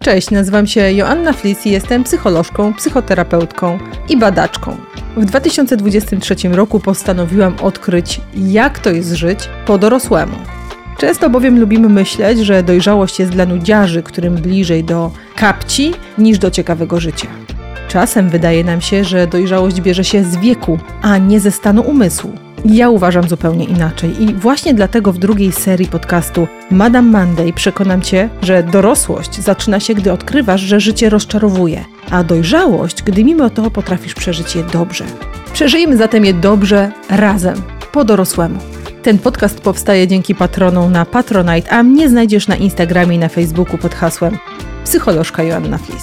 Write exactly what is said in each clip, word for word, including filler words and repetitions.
Cześć, nazywam się Joanna Flis i jestem psycholożką, psychoterapeutką i badaczką. W dwa tysiące dwudziestym trzecim roku postanowiłam odkryć, jak to jest żyć po dorosłemu. Często bowiem lubimy myśleć, że dojrzałość jest dla nudziarzy, którym bliżej do kapci niż do ciekawego życia. Czasem wydaje nam się, że dojrzałość bierze się z wieku, a nie ze stanu umysłu. Ja uważam zupełnie inaczej i właśnie dlatego w drugiej serii podcastu Madame Monday przekonam Cię, że dorosłość zaczyna się, gdy odkrywasz, że życie rozczarowuje, a dojrzałość, gdy mimo to potrafisz przeżyć je dobrze. Przeżyjmy zatem je dobrze razem, po dorosłemu. Ten podcast powstaje dzięki patronom na Patronite, a mnie znajdziesz na Instagramie i na Facebooku pod hasłem Psycholożka Joanna Flis.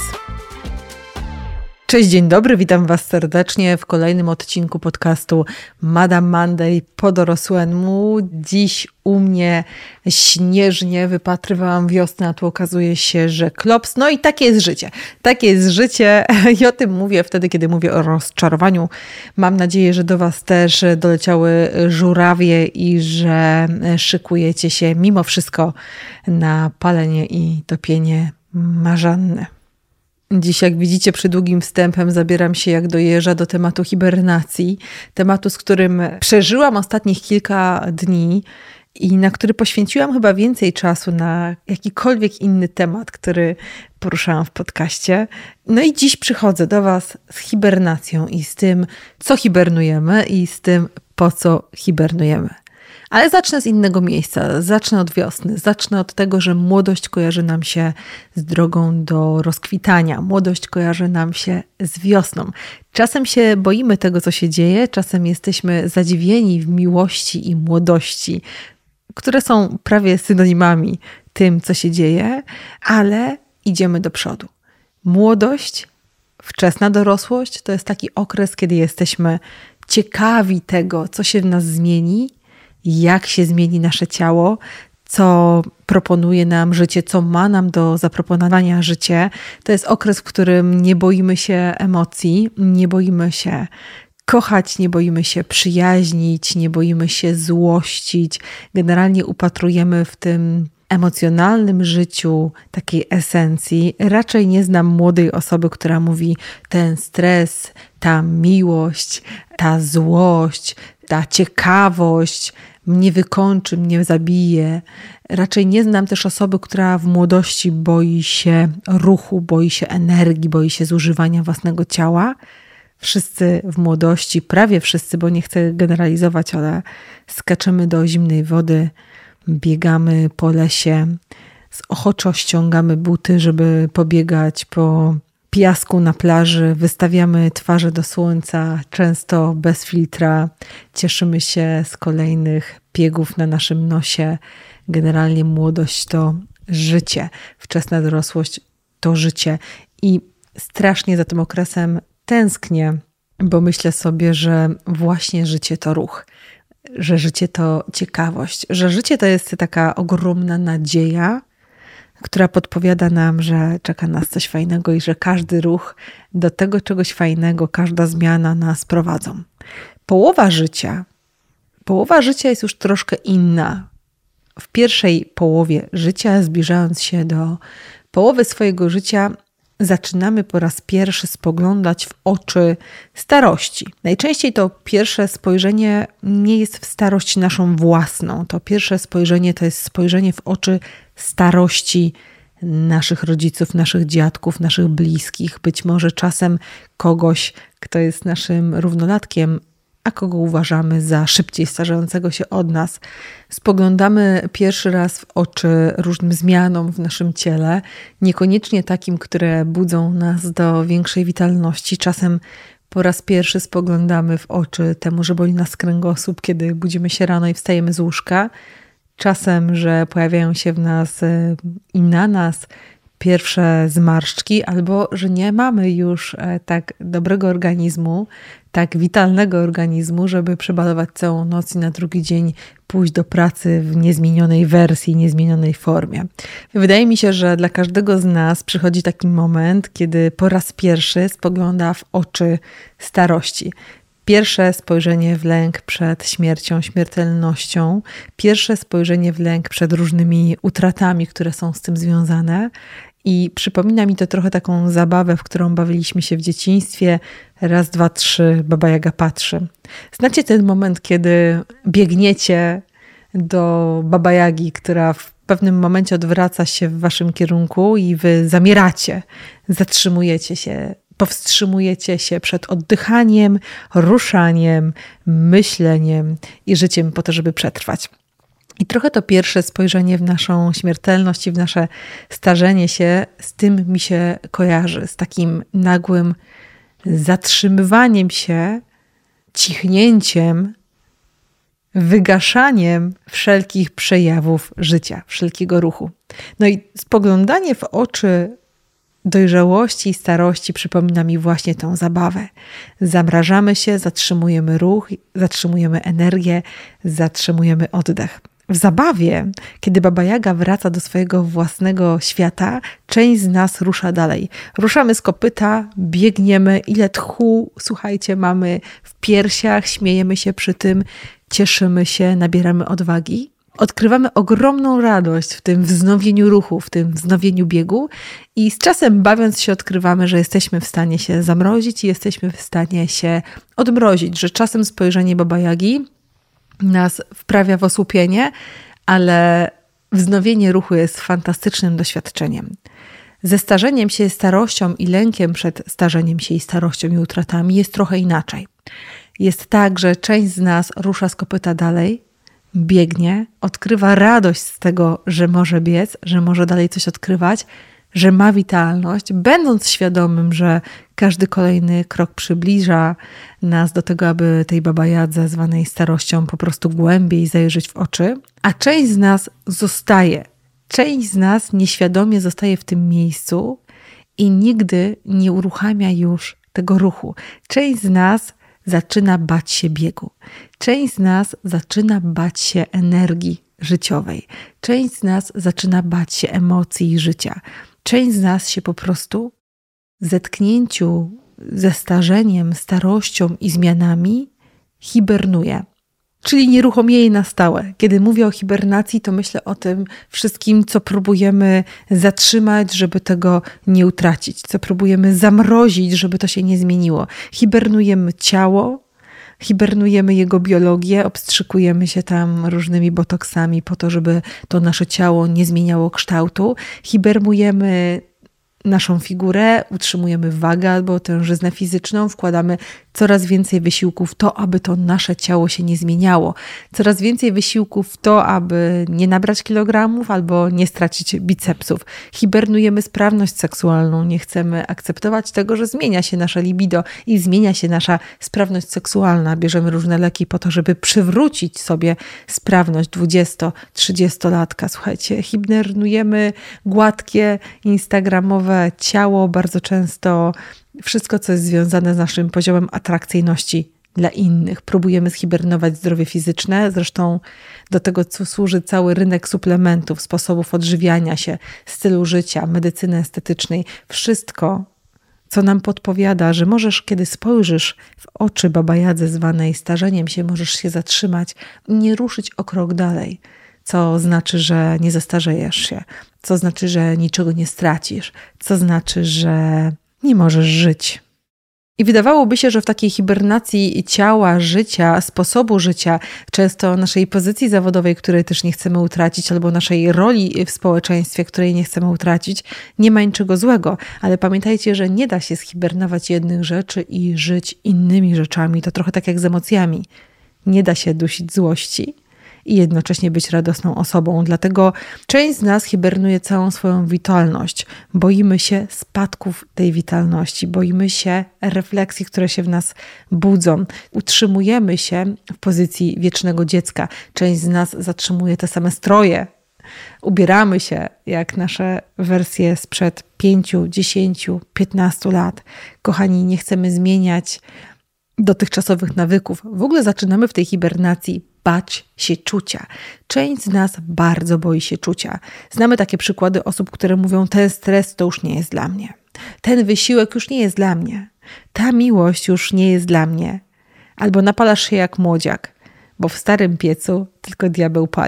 Cześć, dzień dobry, witam Was serdecznie w kolejnym odcinku podcastu Madame Monday po dorosłemu. Dziś u mnie śnieżnie, wypatrywałam wiosnę, a tu okazuje się, że klops. No i takie jest życie. Takie jest życie i o tym mówię wtedy, kiedy mówię o rozczarowaniu. Mam nadzieję, że do Was też doleciały żurawie i że szykujecie się mimo wszystko na palenie i topienie marzanny. Dziś, jak widzicie, przy długim wstępem zabieram się jak do jeża do tematu hibernacji, tematu, z którym przeżyłam ostatnich kilka dni i na który poświęciłam chyba więcej czasu na jakikolwiek inny temat, który poruszałam w podcaście. No i dziś przychodzę do Was z hibernacją i z tym, co hibernujemy i z tym, po co hibernujemy. Ale zacznę z innego miejsca, zacznę od wiosny, zacznę od tego, że młodość kojarzy nam się z drogą do rozkwitania, młodość kojarzy nam się z wiosną. Czasem się boimy tego, co się dzieje, czasem jesteśmy zadziwieni w miłości i młodości, które są prawie synonimami tym, co się dzieje, ale idziemy do przodu. Młodość, wczesna dorosłość to jest taki okres, kiedy jesteśmy ciekawi tego, co się w nas zmieni, jak się zmieni nasze ciało, co proponuje nam życie, co ma nam do zaproponowania życie. To jest okres, w którym nie boimy się emocji, nie boimy się kochać, nie boimy się przyjaźnić, nie boimy się złościć. Generalnie upatrujemy w tym emocjonalnym życiu takiej esencji. Raczej nie znam młodej osoby, która mówi ten stres, ta miłość, ta złość, ta ciekawość mnie wykończy, mnie zabije. Raczej nie znam też osoby, która w młodości boi się ruchu, boi się energii, boi się zużywania własnego ciała. Wszyscy w młodości, prawie wszyscy, bo nie chcę generalizować, ale skaczemy do zimnej wody, biegamy po lesie, z ochoczo ściągamy buty, żeby pobiegać po piasku na plaży, wystawiamy twarze do słońca, często bez filtra, cieszymy się z kolejnych piegów na naszym nosie. Generalnie młodość to życie, wczesna dorosłość to życie i strasznie za tym okresem tęsknię, bo myślę sobie, że właśnie życie to ruch, że życie to ciekawość, że życie to jest taka ogromna nadzieja, która podpowiada nam, że czeka nas coś fajnego i że każdy ruch do tego czegoś fajnego, każda zmiana nas prowadzą. Połowa życia, połowa życia jest już troszkę inna. W pierwszej połowie życia, zbliżając się do połowy swojego życia, zaczynamy po raz pierwszy spoglądać w oczy starości. Najczęściej to pierwsze spojrzenie nie jest w starość naszą własną. To pierwsze spojrzenie to jest spojrzenie w oczy starości naszych rodziców, naszych dziadków, naszych bliskich. Być może czasem kogoś, kto jest naszym równolatkiem, a kogo uważamy za szybciej starzejącego się od nas. Spoglądamy pierwszy raz w oczy różnym zmianom w naszym ciele, niekoniecznie takim, które budzą nas do większej witalności. Czasem po raz pierwszy spoglądamy w oczy temu, że boli nas kręgosłup, kiedy budzimy się rano i wstajemy z łóżka. Czasem, że pojawiają się w nas i na nas pierwsze zmarszczki, albo że nie mamy już tak dobrego organizmu, tak witalnego organizmu, żeby przebalować całą noc i na drugi dzień pójść do pracy w niezmienionej wersji, niezmienionej formie. Wydaje mi się, że dla każdego z nas przychodzi taki moment, kiedy po raz pierwszy spogląda w oczy starości. Pierwsze spojrzenie w lęk przed śmiercią, śmiertelnością, pierwsze spojrzenie w lęk przed różnymi utratami, które są z tym związane I przypomina mi to trochę taką zabawę, w którą bawiliśmy się w dzieciństwie. Raz, dwa, trzy, Baba Jaga patrzy. Znacie ten moment, kiedy biegniecie do Baba Jagi, która w pewnym momencie odwraca się w waszym kierunku i wy zamieracie, zatrzymujecie się, powstrzymujecie się przed oddychaniem, ruszaniem, myśleniem i życiem po to, żeby przetrwać. I trochę to pierwsze spojrzenie w naszą śmiertelność i w nasze starzenie się z tym mi się kojarzy, z takim nagłym zatrzymywaniem się, cichnięciem, wygaszaniem wszelkich przejawów życia, wszelkiego ruchu. No i spoglądanie w oczy dojrzałości i starości przypomina mi właśnie tą zabawę. Zamrażamy się, zatrzymujemy ruch, zatrzymujemy energię, zatrzymujemy oddech. W zabawie, kiedy Baba Jaga wraca do swojego własnego świata, część z nas rusza dalej. Ruszamy z kopyta, biegniemy, ile tchu, słuchajcie, mamy w piersiach, śmiejemy się przy tym, cieszymy się, nabieramy odwagi. Odkrywamy ogromną radość w tym wznowieniu ruchu, w tym wznowieniu biegu i z czasem bawiąc się odkrywamy, że jesteśmy w stanie się zamrozić i jesteśmy w stanie się odmrozić, że czasem spojrzenie Baba Jagi nas wprawia w osłupienie, ale wznowienie ruchu jest fantastycznym doświadczeniem. Ze starzeniem się, starością i lękiem przed starzeniem się i starością i utratami jest trochę inaczej. Jest tak, że część z nas rusza z kopyta dalej, biegnie, odkrywa radość z tego, że może biec, że może dalej coś odkrywać, że ma witalność, będąc świadomym, że każdy kolejny krok przybliża nas do tego, aby tej Baba Jadze zwanej starością po prostu głębiej zajrzeć w oczy, a część z nas zostaje. Część z nas nieświadomie zostaje w tym miejscu i nigdy nie uruchamia już tego ruchu. Część z nas zaczyna bać się biegu. Część z nas zaczyna bać się energii życiowej. Część z nas zaczyna bać się emocji i życia. Część z nas się po prostu w zetknięciu ze starzeniem, starością i zmianami hibernuje. Czyli nieruchomieje na stałe. Kiedy mówię o hibernacji, to myślę o tym wszystkim, co próbujemy zatrzymać, żeby tego nie utracić. Co próbujemy zamrozić, żeby to się nie zmieniło. Hibernujemy ciało, hibernujemy jego biologię, obstrzykujemy się tam różnymi botoksami po to, żeby to nasze ciało nie zmieniało kształtu. Hibernujemy naszą figurę, utrzymujemy wagę albo tężyznę fizyczną, wkładamy coraz więcej wysiłku w to, aby to nasze ciało się nie zmieniało. Coraz więcej wysiłku w to, aby nie nabrać kilogramów albo nie stracić bicepsów. Hibernujemy sprawność seksualną, nie chcemy akceptować tego, że zmienia się nasze libido i zmienia się nasza sprawność seksualna. Bierzemy różne leki po to, żeby przywrócić sobie sprawność dwudziesto-trzydziestolatka. Słuchajcie, hibernujemy gładkie, instagramowe ciało, bardzo często wszystko, co jest związane z naszym poziomem atrakcyjności dla innych. Próbujemy zhibernować zdrowie fizyczne, zresztą do tego, co służy cały rynek suplementów, sposobów odżywiania się, stylu życia, medycyny estetycznej. Wszystko, co nam podpowiada, że możesz, kiedy spojrzysz w oczy Baba Jadze zwanej starzeniem się, możesz się zatrzymać i nie ruszyć o krok dalej. Co znaczy, że nie zestarzejesz się, co znaczy, że niczego nie stracisz, co znaczy, że nie możesz żyć. I wydawałoby się, że w takiej hibernacji ciała, życia, sposobu życia, często naszej pozycji zawodowej, której też nie chcemy utracić, albo naszej roli w społeczeństwie, której nie chcemy utracić, nie ma niczego złego. Ale pamiętajcie, że nie da się zhibernować jednych rzeczy i żyć innymi rzeczami. To trochę tak jak z emocjami. Nie da się dusić złości i jednocześnie być radosną osobą. Dlatego część z nas hibernuje całą swoją witalność. Boimy się spadków tej witalności, boimy się refleksji, które się w nas budzą. Utrzymujemy się w pozycji wiecznego dziecka. Część z nas zatrzymuje te same stroje. Ubieramy się jak nasze wersje sprzed pięciu, dziesięciu, piętnastu lat. Kochani, nie chcemy zmieniać dotychczasowych nawyków. W ogóle zaczynamy w tej hibernacji bać się czucia. Część z nas bardzo boi się czucia. Znamy takie przykłady osób, które mówią, ten stres to już nie jest dla mnie. Ten wysiłek już nie jest dla mnie. Ta miłość już nie jest dla mnie. Albo napalasz się jak młodziak, bo w starym piecu tylko diabeł pali.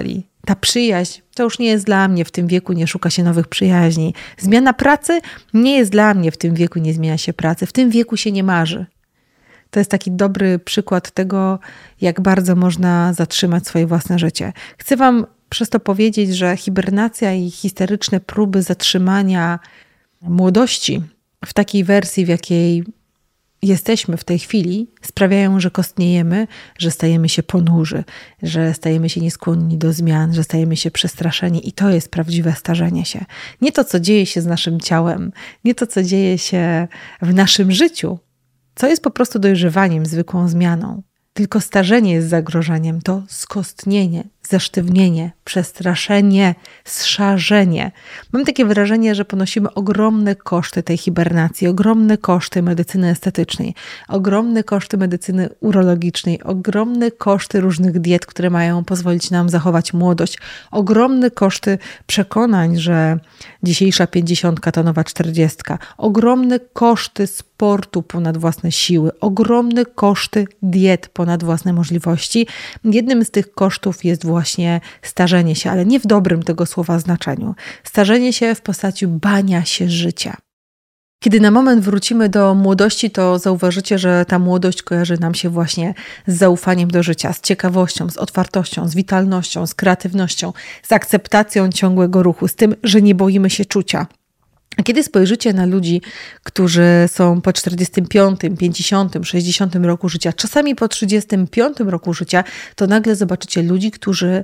Ta przyjaźń to już nie jest dla mnie, w tym wieku nie szuka się nowych przyjaźni. Zmiana pracy nie jest dla mnie, w tym wieku nie zmienia się pracy, w tym wieku się nie marzy. To jest taki dobry przykład tego, jak bardzo można zatrzymać swoje własne życie. Chcę Wam przez to powiedzieć, że hibernacja i histeryczne próby zatrzymania młodości w takiej wersji, w jakiej jesteśmy w tej chwili, sprawiają, że kostniejemy, że stajemy się ponurzy, że stajemy się nieskłonni do zmian, że stajemy się przestraszeni i to jest prawdziwe starzenie się. Nie to, co dzieje się z naszym ciałem, nie to, co dzieje się w naszym życiu, co jest po prostu dojrzewaniem, zwykłą zmianą. Tylko starzenie jest zagrożeniem, to skostnienie, zesztywnienie, przestraszenie, zszarzenie. Mam takie wrażenie, że ponosimy ogromne koszty tej hibernacji, ogromne koszty medycyny estetycznej, ogromne koszty medycyny urologicznej, ogromne koszty różnych diet, które mają pozwolić nam zachować młodość, ogromne koszty przekonań, że dzisiejsza pięćdziesiątka to nowa czterdziestka, ogromne koszty sportu ponad własne siły, ogromne koszty diet ponad własne możliwości. Jednym z tych kosztów jest właśnie starzenie się, ale nie w dobrym tego słowa znaczeniu. Starzenie się w postaci bania się życia. Kiedy na moment wrócimy do młodości, to zauważycie, że ta młodość kojarzy nam się właśnie z zaufaniem do życia, z ciekawością, z otwartością, z witalnością, z kreatywnością, z akceptacją ciągłego ruchu, z tym, że nie boimy się czucia. A kiedy spojrzycie na ludzi, którzy są po czterdziestym piątym, pięćdziesiątym, sześćdziesiątym roku życia, czasami po trzydziestym piątym roku życia, to nagle zobaczycie ludzi, którzy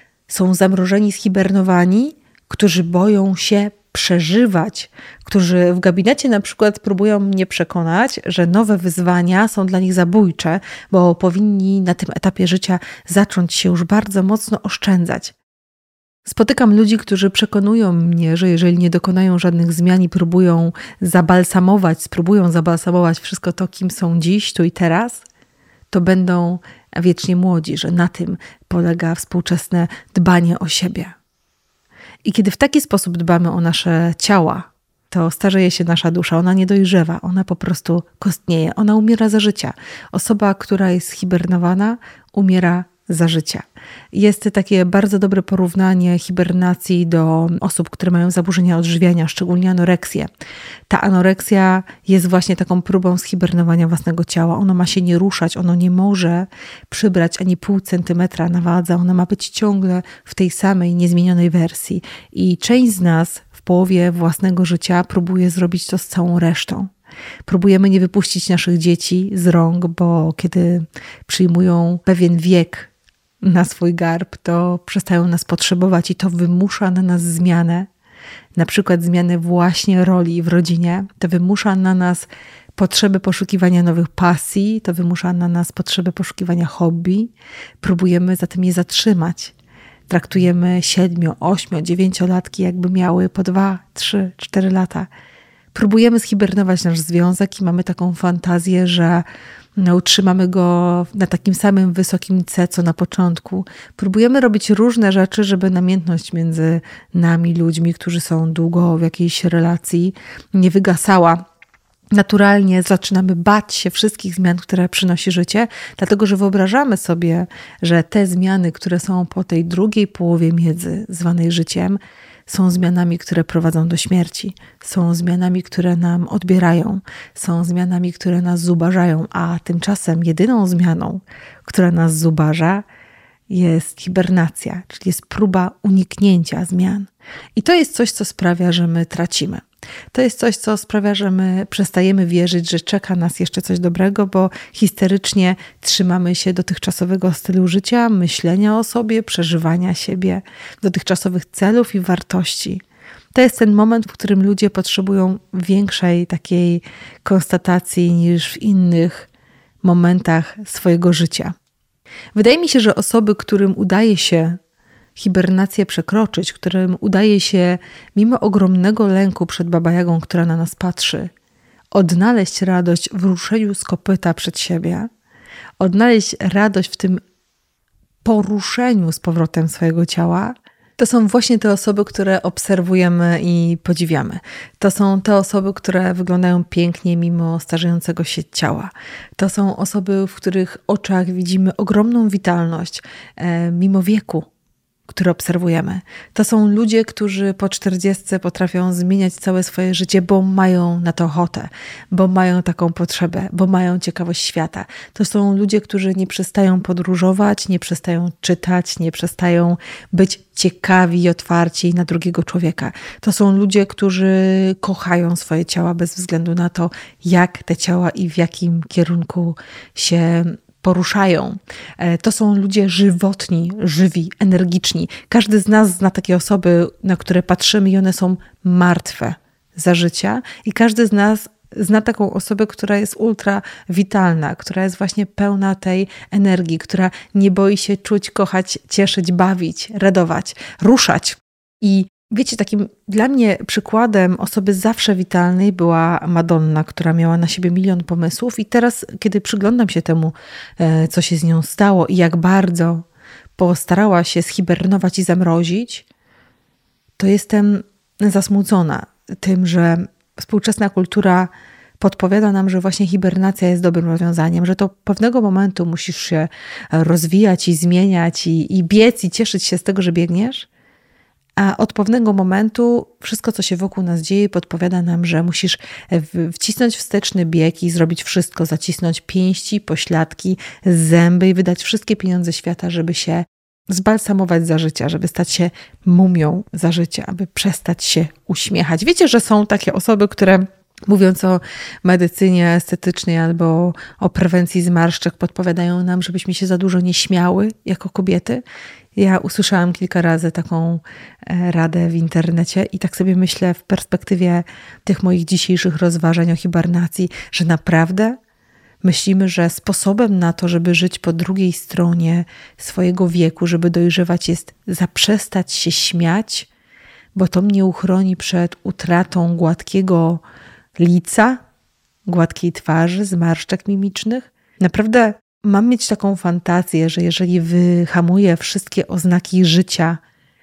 są zamrożeni, zhibernowani, którzy boją się przeżywać, którzy w gabinecie na przykład próbują mnie przekonać, że nowe wyzwania są dla nich zabójcze, bo powinni na tym etapie życia zacząć się już bardzo mocno oszczędzać. Spotykam ludzi, którzy przekonują mnie, że jeżeli nie dokonają żadnych zmian i próbują zabalsamować, spróbują zabalsamować wszystko to, kim są dziś, tu i teraz, to będą wiecznie młodzi, że na tym polega współczesne dbanie o siebie. I kiedy w taki sposób dbamy o nasze ciała, to starzeje się nasza dusza, ona nie dojrzewa, ona po prostu kostnieje, ona umiera za życia. Osoba, która jest hibernowana, umiera za życia. Jest takie bardzo dobre porównanie hibernacji do osób, które mają zaburzenia odżywiania, szczególnie anoreksję. Ta anoreksja jest właśnie taką próbą zhibernowania własnego ciała. Ono ma się nie ruszać, ono nie może przybrać ani pół centymetra na wadze, ono ma być ciągle w tej samej, niezmienionej wersji. I część z nas w połowie własnego życia próbuje zrobić to z całą resztą. Próbujemy nie wypuścić naszych dzieci z rąk, bo kiedy przyjmują pewien wiek na swój garb, to przestają nas potrzebować i to wymusza na nas zmianę, na przykład zmianę właśnie roli w rodzinie, to wymusza na nas potrzeby poszukiwania nowych pasji, to wymusza na nas potrzeby poszukiwania hobby. Próbujemy zatem je zatrzymać. Traktujemy siedmiu, ośmiu, dziewięciolatki jakby miały po dwa, trzy, cztery lata. Próbujemy zhibernować nasz związek i mamy taką fantazję, że no, utrzymamy go na takim samym wysokim C, co na początku. Próbujemy robić różne rzeczy, żeby namiętność między nami, ludźmi, którzy są długo w jakiejś relacji, nie wygasała. Naturalnie zaczynamy bać się wszystkich zmian, które przynosi życie, dlatego że wyobrażamy sobie, że te zmiany, które są po tej drugiej połowie miedzy, zwanej życiem, są zmianami, które prowadzą do śmierci, są zmianami, które nam odbierają, są zmianami, które nas zubażają, a tymczasem jedyną zmianą, która nas zubaża, jest hibernacja, czyli jest próba uniknięcia zmian. I to jest coś, co sprawia, że my tracimy. To jest coś, co sprawia, że my przestajemy wierzyć, że czeka nas jeszcze coś dobrego, bo histerycznie trzymamy się dotychczasowego stylu życia, myślenia o sobie, przeżywania siebie, dotychczasowych celów i wartości. To jest ten moment, w którym ludzie potrzebują większej takiej konstatacji niż w innych momentach swojego życia. Wydaje mi się, że osoby, którym udaje się hibernację przekroczyć, którym udaje się mimo ogromnego lęku przed babajagą, która na nas patrzy, odnaleźć radość w ruszeniu z kopyta przed siebie, odnaleźć radość w tym poruszeniu z powrotem swojego ciała, to są właśnie te osoby, które obserwujemy i podziwiamy. To są te osoby, które wyglądają pięknie mimo starzejącego się ciała. To są osoby, w których oczach widzimy ogromną witalność e, mimo wieku, które obserwujemy. To są ludzie, którzy po czterdziestce potrafią zmieniać całe swoje życie, bo mają na to ochotę, bo mają taką potrzebę, bo mają ciekawość świata. To są ludzie, którzy nie przestają podróżować, nie przestają czytać, nie przestają być ciekawi i otwarci na drugiego człowieka. To są ludzie, którzy kochają swoje ciała bez względu na to, jak te ciała i w jakim kierunku się poruszają. To są ludzie żywotni, żywi, energiczni. Każdy z nas zna takie osoby, na które patrzymy i one są martwe za życia i każdy z nas zna taką osobę, która jest ultra witalna, która jest właśnie pełna tej energii, która nie boi się czuć, kochać, cieszyć, bawić, radować, ruszać. I wiecie, takim dla mnie przykładem osoby zawsze witalnej była Madonna, która miała na siebie milion pomysłów i teraz, kiedy przyglądam się temu, co się z nią stało i jak bardzo postarała się zhibernować i zamrozić, to jestem zasmucona tym, że współczesna kultura podpowiada nam, że właśnie hibernacja jest dobrym rozwiązaniem, że to pewnego momentu musisz się rozwijać i zmieniać i, i biec i cieszyć się z tego, że biegniesz, a od pewnego momentu wszystko, co się wokół nas dzieje, podpowiada nam, że musisz wcisnąć wsteczny bieg i zrobić wszystko, zacisnąć pięści, pośladki, zęby i wydać wszystkie pieniądze świata, żeby się zbalsamować za życia, żeby stać się mumią za życia, aby przestać się uśmiechać. Wiecie, że są takie osoby, które mówiąc o medycynie estetycznej albo o prewencji zmarszczek, podpowiadają nam, żebyśmy się za dużo nie śmiały jako kobiety. Ja usłyszałam kilka razy taką radę w internecie i tak sobie myślę w perspektywie tych moich dzisiejszych rozważań o hibernacji, że naprawdę myślimy, że sposobem na to, żeby żyć po drugiej stronie swojego wieku, żeby dojrzewać, jest zaprzestać się śmiać, bo to mnie uchroni przed utratą gładkiego lica, gładkiej twarzy, zmarszczek mimicznych. Naprawdę mam mieć taką fantazję, że jeżeli wyhamuję wszystkie oznaki życia,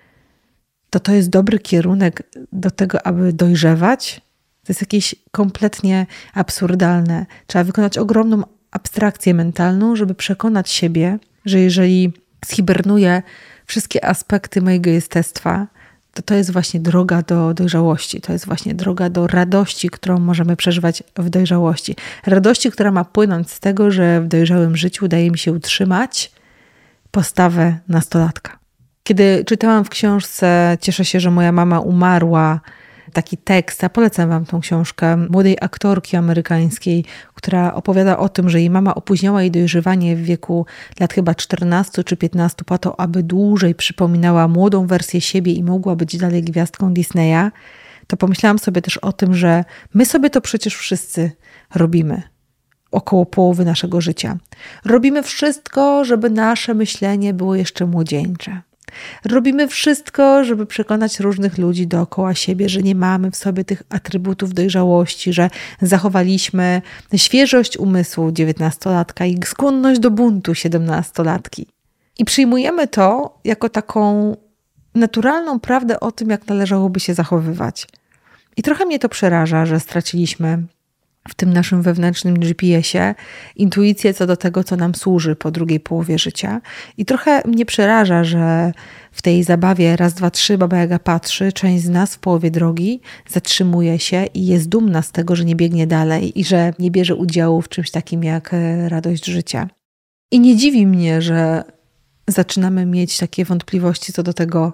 to to jest dobry kierunek do tego, aby dojrzewać. To jest jakieś kompletnie absurdalne. Trzeba wykonać ogromną abstrakcję mentalną, żeby przekonać siebie, że jeżeli zhibernuję wszystkie aspekty mojego jestestwa, to to jest właśnie droga do dojrzałości. To jest właśnie droga do radości, którą możemy przeżywać w dojrzałości. Radości, która ma płynąć z tego, że w dojrzałym życiu udaje mi się utrzymać postawę nastolatka. Kiedy czytałam w książce Cieszę się, że moja mama umarła, taki tekst, a polecam wam tą książkę młodej aktorki amerykańskiej, która opowiada o tym, że jej mama opóźniała jej dojrzewanie w wieku lat chyba czternastu czy piętnastu po to, aby dłużej przypominała młodą wersję siebie i mogła być dalej gwiazdką Disneya, to pomyślałam sobie też o tym, że my sobie to przecież wszyscy robimy około połowy naszego życia. Robimy wszystko, żeby nasze myślenie było jeszcze młodzieńcze. Robimy wszystko, żeby przekonać różnych ludzi dookoła siebie, że nie mamy w sobie tych atrybutów dojrzałości, że zachowaliśmy świeżość umysłu dziewiętnastolatka i skłonność do buntu siedemnastolatki. I przyjmujemy to jako taką naturalną prawdę o tym, jak należałoby się zachowywać. I trochę mnie to przeraża, że straciliśmy w tym naszym wewnętrznym G P S-ie intuicję co do tego, co nam służy po drugiej połowie życia. I trochę mnie przeraża, że w tej zabawie raz, dwa, trzy, Baba Jaga patrzy, część z nas w połowie drogi zatrzymuje się i jest dumna z tego, że nie biegnie dalej i że nie bierze udziału w czymś takim jak radość życia. I nie dziwi mnie, że zaczynamy mieć takie wątpliwości co do tego,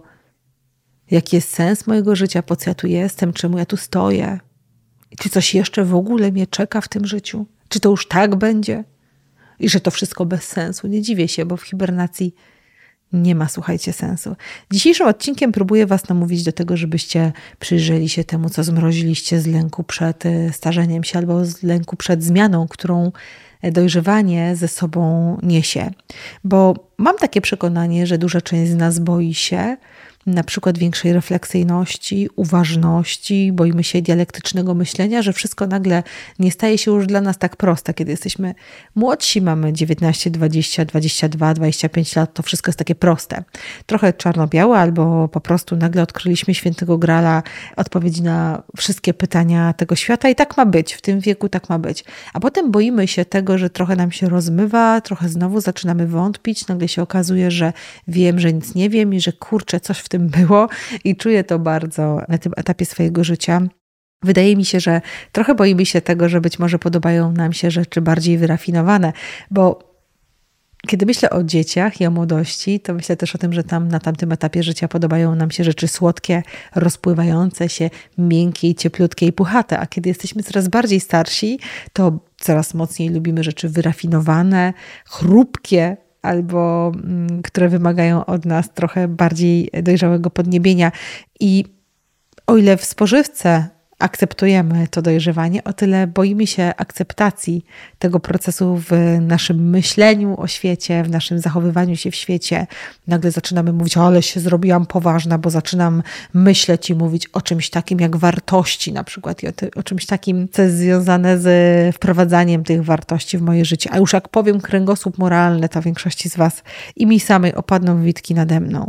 jaki jest sens mojego życia, po co ja tu jestem, czemu ja tu stoję. Czy coś jeszcze w ogóle mnie czeka w tym życiu? Czy to już tak będzie? I że to wszystko bez sensu. Nie dziwię się, bo w hibernacji nie ma, słuchajcie, sensu. Dzisiejszym odcinkiem próbuję was namówić do tego, żebyście przyjrzeli się temu, co zmroziliście z lęku przed starzeniem się albo z lęku przed zmianą, którą dojrzewanie ze sobą niesie. Bo mam takie przekonanie, że duża część z nas boi się na przykład większej refleksyjności, uważności, boimy się dialektycznego myślenia, że wszystko nagle nie staje się już dla nas tak proste. Kiedy jesteśmy młodsi, mamy dziewiętnaście, dwadzieścia, dwadzieścia dwa, dwadzieścia pięć lat, to wszystko jest takie proste. Trochę czarno-białe, albo po prostu nagle odkryliśmy świętego grala, odpowiedzi na wszystkie pytania tego świata i tak ma być, w tym wieku tak ma być. A potem boimy się tego, że trochę nam się rozmywa, trochę znowu zaczynamy wątpić, nagle się okazuje, że wiem, że nic nie wiem i że kurczę, coś w tym było i czuję to bardzo na tym etapie swojego życia. Wydaje mi się, że trochę boimy się tego, że być może podobają nam się rzeczy bardziej wyrafinowane, bo kiedy myślę o dzieciach i o młodości, to myślę też o tym, że tam na tamtym etapie życia podobają nam się rzeczy słodkie, rozpływające się, miękkie i cieplutkie i puchate, a kiedy jesteśmy coraz bardziej starsi, to coraz mocniej lubimy rzeczy wyrafinowane, chrupkie, albo mm, które wymagają od nas trochę bardziej dojrzałego podniebienia. I o ile w spożywce akceptujemy to dojrzewanie, o tyle boimy się akceptacji tego procesu w naszym myśleniu o świecie, w naszym zachowywaniu się w świecie. Nagle zaczynamy mówić, ale się zrobiłam poważna, bo zaczynam myśleć i mówić o czymś takim jak wartości na przykład i o, ty, o czymś takim, co jest związane z wprowadzaniem tych wartości w moje życie. A już jak powiem kręgosłup moralny, to większości z Was i mi samej opadną witki nade mną.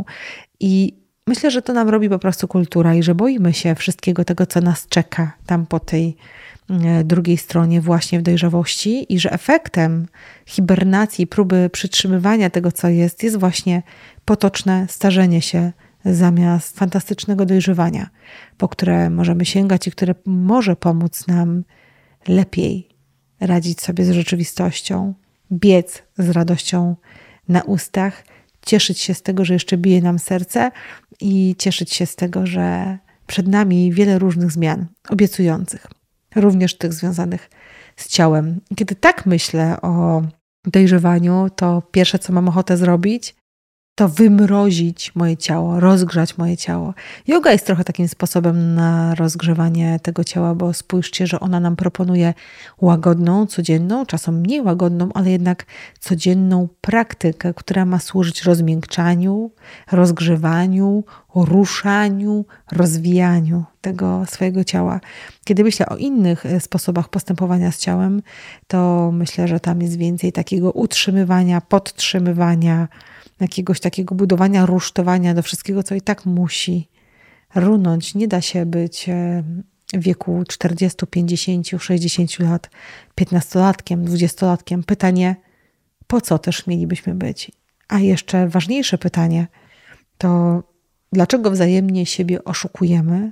I myślę, że to nam robi po prostu kultura i że boimy się wszystkiego tego, co nas czeka tam po tej drugiej stronie właśnie w dojrzałości i że efektem hibernacji, próby przytrzymywania tego, co jest, jest właśnie potoczne starzenie się zamiast fantastycznego dojrzewania, po które możemy sięgać i które może pomóc nam lepiej radzić sobie z rzeczywistością, biec z radością na ustach, cieszyć się z tego, że jeszcze bije nam serce i cieszyć się z tego, że przed nami wiele różnych zmian obiecujących, również tych związanych z ciałem. Kiedy tak myślę o dojrzewaniu, to pierwsze, co mam ochotę zrobić, to wymrozić moje ciało, rozgrzać moje ciało. Yoga jest trochę takim sposobem na rozgrzewanie tego ciała, bo spójrzcie, że ona nam proponuje łagodną, codzienną, czasem mniej łagodną, ale jednak codzienną praktykę, która ma służyć rozmiękczaniu, rozgrzewaniu, ruszaniu, rozwijaniu tego swojego ciała. Kiedy myślę o innych sposobach postępowania z ciałem, to myślę, że tam jest więcej takiego utrzymywania, podtrzymywania, jakiegoś takiego budowania, rusztowania do wszystkiego, co i tak musi runąć. Nie da się być w wieku czterdziestu, pięćdziesięciu, sześćdziesięciu lat piętnastolatkiem, dwudziestolatkiem. Pytanie, po co też mielibyśmy być? A jeszcze ważniejsze pytanie to, dlaczego wzajemnie siebie oszukujemy,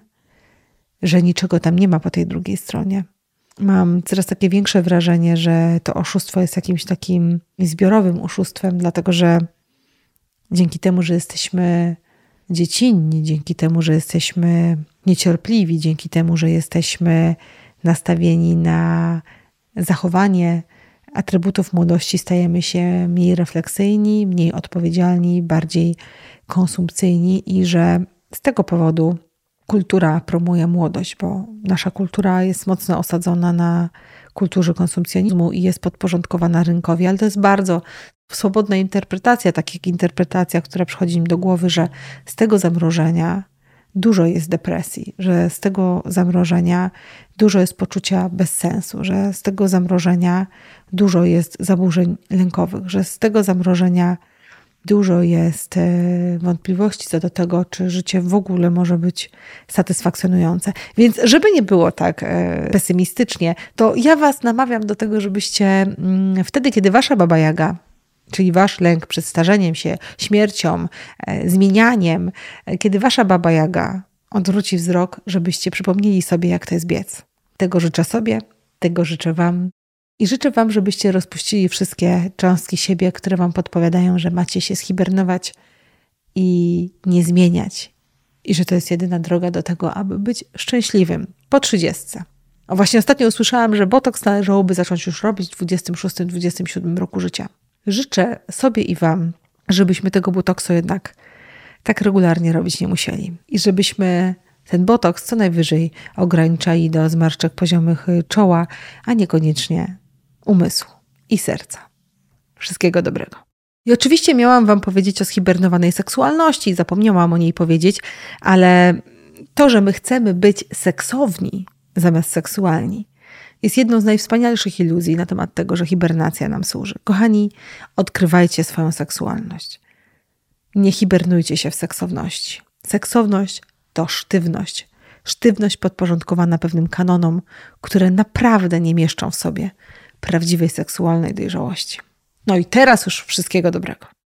że niczego tam nie ma po tej drugiej stronie? Mam coraz takie większe wrażenie, że to oszustwo jest jakimś takim zbiorowym oszustwem, dlatego że dzięki temu, że jesteśmy dziecinni, dzięki temu, że jesteśmy niecierpliwi, dzięki temu, że jesteśmy nastawieni na zachowanie atrybutów młodości, stajemy się mniej refleksyjni, mniej odpowiedzialni, bardziej konsumpcyjni i że z tego powodu kultura promuje młodość, bo nasza kultura jest mocno osadzona na kulturze konsumpcjonizmu i jest podporządkowana rynkowi, ale to jest bardzo swobodna interpretacja, tak jak interpretacja, która przychodzi mi do głowy, że z tego zamrożenia dużo jest depresji, że z tego zamrożenia dużo jest poczucia bezsensu, że z tego zamrożenia dużo jest zaburzeń lękowych, że z tego zamrożenia dużo jest wątpliwości co do tego, czy życie w ogóle może być satysfakcjonujące. Więc żeby nie było tak pesymistycznie, to ja Was namawiam do tego, żebyście wtedy, kiedy Wasza Baba Jaga, czyli Wasz lęk przed starzeniem się, śmiercią, zmienianiem, kiedy Wasza Baba Jaga odwróci wzrok, żebyście przypomnieli sobie, jak to jest biec. Tego życzę sobie, tego życzę Wam. I życzę Wam, żebyście rozpuścili wszystkie cząstki siebie, które Wam podpowiadają, że macie się zhibernować i nie zmieniać. I że to jest jedyna droga do tego, aby być szczęśliwym po trzydziestce. O, właśnie ostatnio usłyszałam, że botoks należałoby zacząć już robić w dwudziestym szóstym dwudziestym siódmym roku życia. Życzę sobie i Wam, żebyśmy tego botoksu jednak tak regularnie robić nie musieli. I żebyśmy ten botoks co najwyżej ograniczali do zmarszczek poziomych czoła, a niekoniecznie umysłu i serca. Wszystkiego dobrego. I oczywiście miałam Wam powiedzieć o zhibernowanej seksualności, zapomniałam o niej powiedzieć, ale to, że my chcemy być seksowni zamiast seksualni, jest jedną z najwspanialszych iluzji na temat tego, że hibernacja nam służy. Kochani, odkrywajcie swoją seksualność. Nie hibernujcie się w seksowności. Seksowność to sztywność. Sztywność podporządkowana pewnym kanonom, które naprawdę nie mieszczą w sobie prawdziwej seksualnej dojrzałości. No i teraz już wszystkiego dobrego.